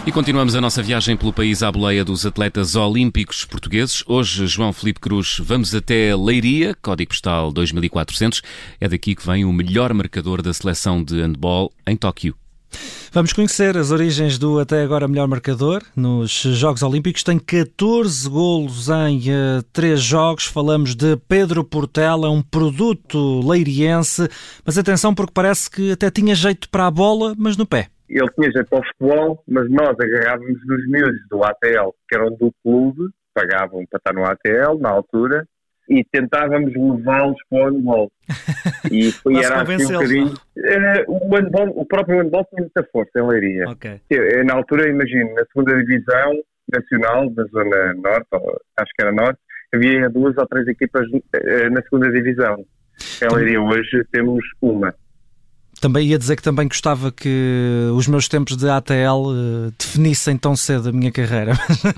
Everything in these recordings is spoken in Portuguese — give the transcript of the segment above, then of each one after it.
E continuamos a nossa viagem pelo país à boleia dos atletas olímpicos portugueses. Hoje, João Filipe Cruz, vamos até Leiria, código postal 2400. É daqui que vem o melhor marcador da seleção de handball em Tóquio. Vamos conhecer as origens do até agora melhor marcador nos Jogos Olímpicos. Tem 14 golos em 3 jogos. Falamos de Pedro Portela, um produto leiriense. Mas atenção, porque parece que até tinha jeito para a bola, mas no pé. Ele tinha jeito para o futebol, mas nós agarrávamos nos miúdos do ATL, que eram do clube, pagavam para estar no ATL na altura, e tentávamos levá-los para o handball. E era assim um bocadinho... O próprio handball tinha muita força em Leiria. Okay. Na altura, imagino, na segunda divisão nacional, da zona norte, acho que era norte, havia 2 ou 3 equipas na segunda divisão. Em Leiria hoje temos uma. Também ia dizer que também gostava que os meus tempos de ATL definissem tão cedo a minha carreira.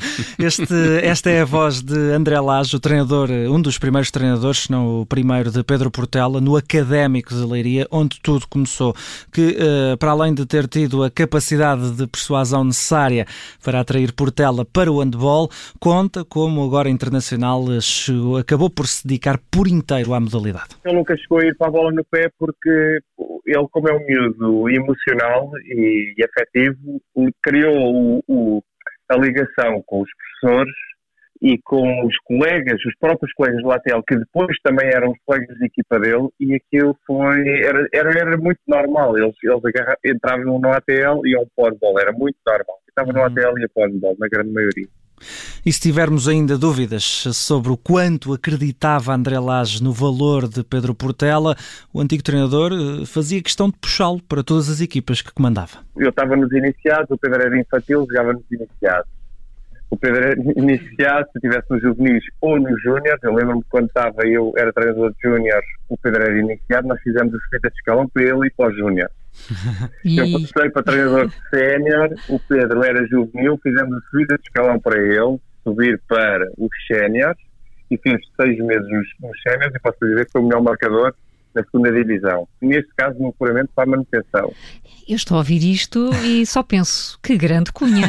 Esta é a voz de André Lage, o treinador, um dos primeiros treinadores, se não o primeiro, de Pedro Portela, no Académico de Leiria, onde tudo começou. Que, para além de ter tido a capacidade de persuasão necessária para atrair Portela para o handball, conta como agora internacional acabou por se dedicar por inteiro à modalidade. Ele nunca chegou a ir para a bola no pé porque ele, como é um miúdo emocional e afetivo, criou a ligação com os professores e com os colegas, os próprios colegas do ATL, que depois também eram os colegas de equipa dele, e aquilo era muito normal. Eles entravam no ATL e iam para o handball, era muito normal. Estavam no ATL e iam para o handball, na grande maioria. E se tivermos ainda dúvidas sobre o quanto acreditava André Lage no valor de Pedro Portela, o antigo treinador fazia questão de puxá-lo para todas as equipas que comandava. Eu estava nos iniciados, o Pedro era infantil, jogava nos iniciados. O Pedro era iniciado, se estivesse nos juvenis ou nos júniores. Eu lembro-me quando eu era treinador de júniores, o Pedro era iniciado, nós fizemos a subida de escalão para ele e para o júnior. Eu passei para treinador de sénior, o Pedro era juvenil, fizemos a subida de escalão para ele, subir para os séniores, e fiz 6 meses nos séniores, e posso dizer que foi o melhor marcador na segunda divisão. Neste caso, no puramente para a manutenção. Eu estou a ouvir isto e só penso, que grande cunha.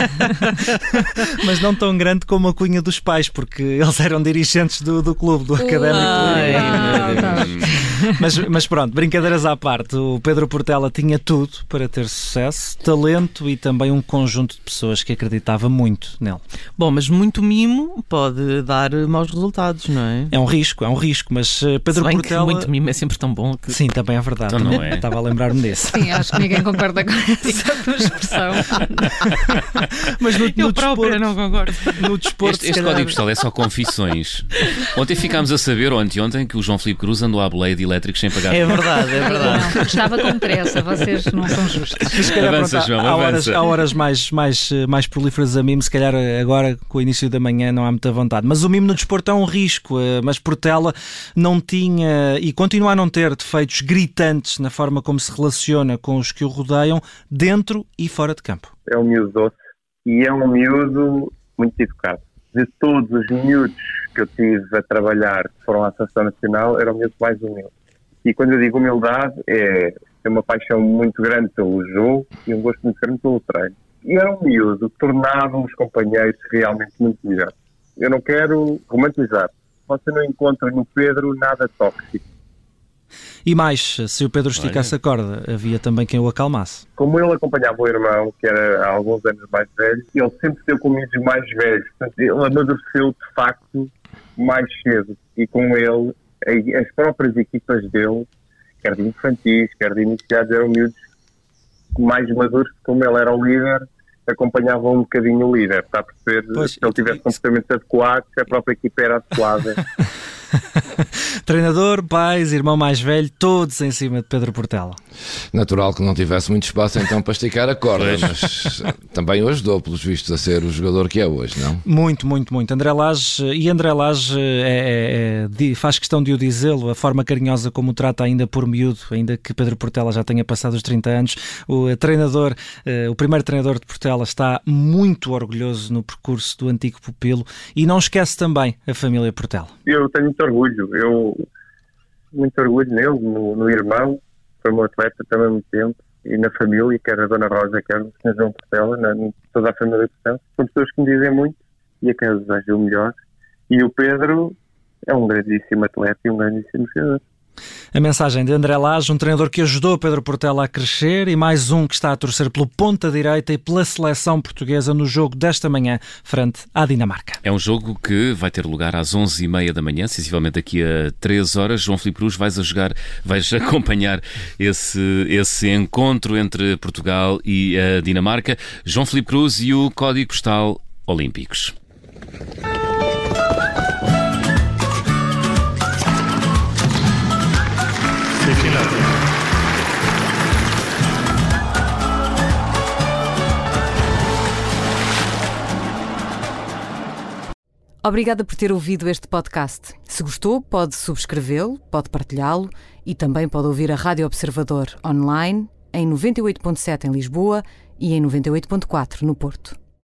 Mas não tão grande como a cunha dos pais, porque eles eram dirigentes do clube, do Académico. Mas pronto, brincadeiras à parte, o Pedro Portela tinha tudo para ter sucesso, talento e também um conjunto de pessoas que acreditava muito nele. Bom, mas muito mimo pode dar maus resultados, não é? É um risco, mas Pedro Portela... muito mimo é sempre tão bom. Sim, também é verdade. Então não é. Estava a lembrar-me desse. Sim, acho que ninguém concorda com essa tua expressão. Mas eu própria não concordo. No desporto, este código postal é só confissões. Ontem ficámos a saber, ou anteontem, que o João Filipe Cruz andou à boleia de elétricos sem pagar. É verdade. Não, estava com pressa, vocês não são justos. Se calhar, avança, pronto, João, avança. Há horas mais prolíferas a mimo, se calhar agora com o início da manhã não há muita vontade. Mas o mimo no desporto é um risco, mas Portela não tinha e continua a não ter defeitos gritantes na forma como se relaciona com os que o rodeiam, dentro e fora de campo. É um miúdo doce e é um miúdo muito educado. De todos os miúdos que eu tive a trabalhar que foram à Seleção Nacional, era o miúdo mais humilde. E quando eu digo humildade, é uma paixão muito grande pelo jogo e um gosto muito grande pelo treino. E era um miúdo que tornava os companheiros realmente muito melhores. Eu não quero romantizar. Você não encontra no Pedro nada tóxico. E mais, se o Pedro esticasse a corda, havia também quem o acalmasse. Como ele acompanhava o irmão, que era há alguns anos mais velho, ele sempre esteve com amigos mais velhos. Portanto, ele amadureceu, de facto, mais cedo. E com ele, as próprias equipas dele, quer de infantis, quer de iniciados, eram miúdos mais maduros, como ele era o líder, acompanhavam um bocadinho o líder. Está a perceber? Pois, se ele tivesse comportamentos adequados, se a própria equipa era adequada. Treinador, pais, irmão mais velho, todos em cima de Pedro Portela. Natural que não tivesse muito espaço então para esticar a corda, mas também o ajudou, pelos vistos, a ser o jogador que é hoje, não? Muito. André Lage faz questão de o dizê-lo, a forma carinhosa como o trata ainda por miúdo, ainda que Pedro Portela já tenha passado os 30 anos. O primeiro treinador de Portela está muito orgulhoso no percurso do antigo pupilo e não esquece também a família Portela. Eu tenho muito orgulho nele, no irmão, foi meu atleta também há muito tempo, e na família, quer a Dona Rosa, quer o Sr. João Portela, toda a família Portela, são pessoas que me dizem muito e a quem eu desejo o melhor. E o Pedro é um grandíssimo atleta e um grandíssimo jogador. A mensagem de André Lage, um treinador que ajudou Pedro Portela a crescer e mais um que está a torcer pelo ponta direita e pela seleção portuguesa no jogo desta manhã frente à Dinamarca. É um jogo que vai ter lugar às 11h30 da manhã, sensivelmente daqui a 3 horas. João Filipe Cruz, vais acompanhar esse encontro entre Portugal e a Dinamarca. João Filipe Cruz e o Código Postal Olímpicos. Obrigada por ter ouvido este podcast. Se gostou, pode subscrevê-lo, pode partilhá-lo e também pode ouvir a Rádio Observador online em 98.7 em Lisboa e em 98.4 no Porto.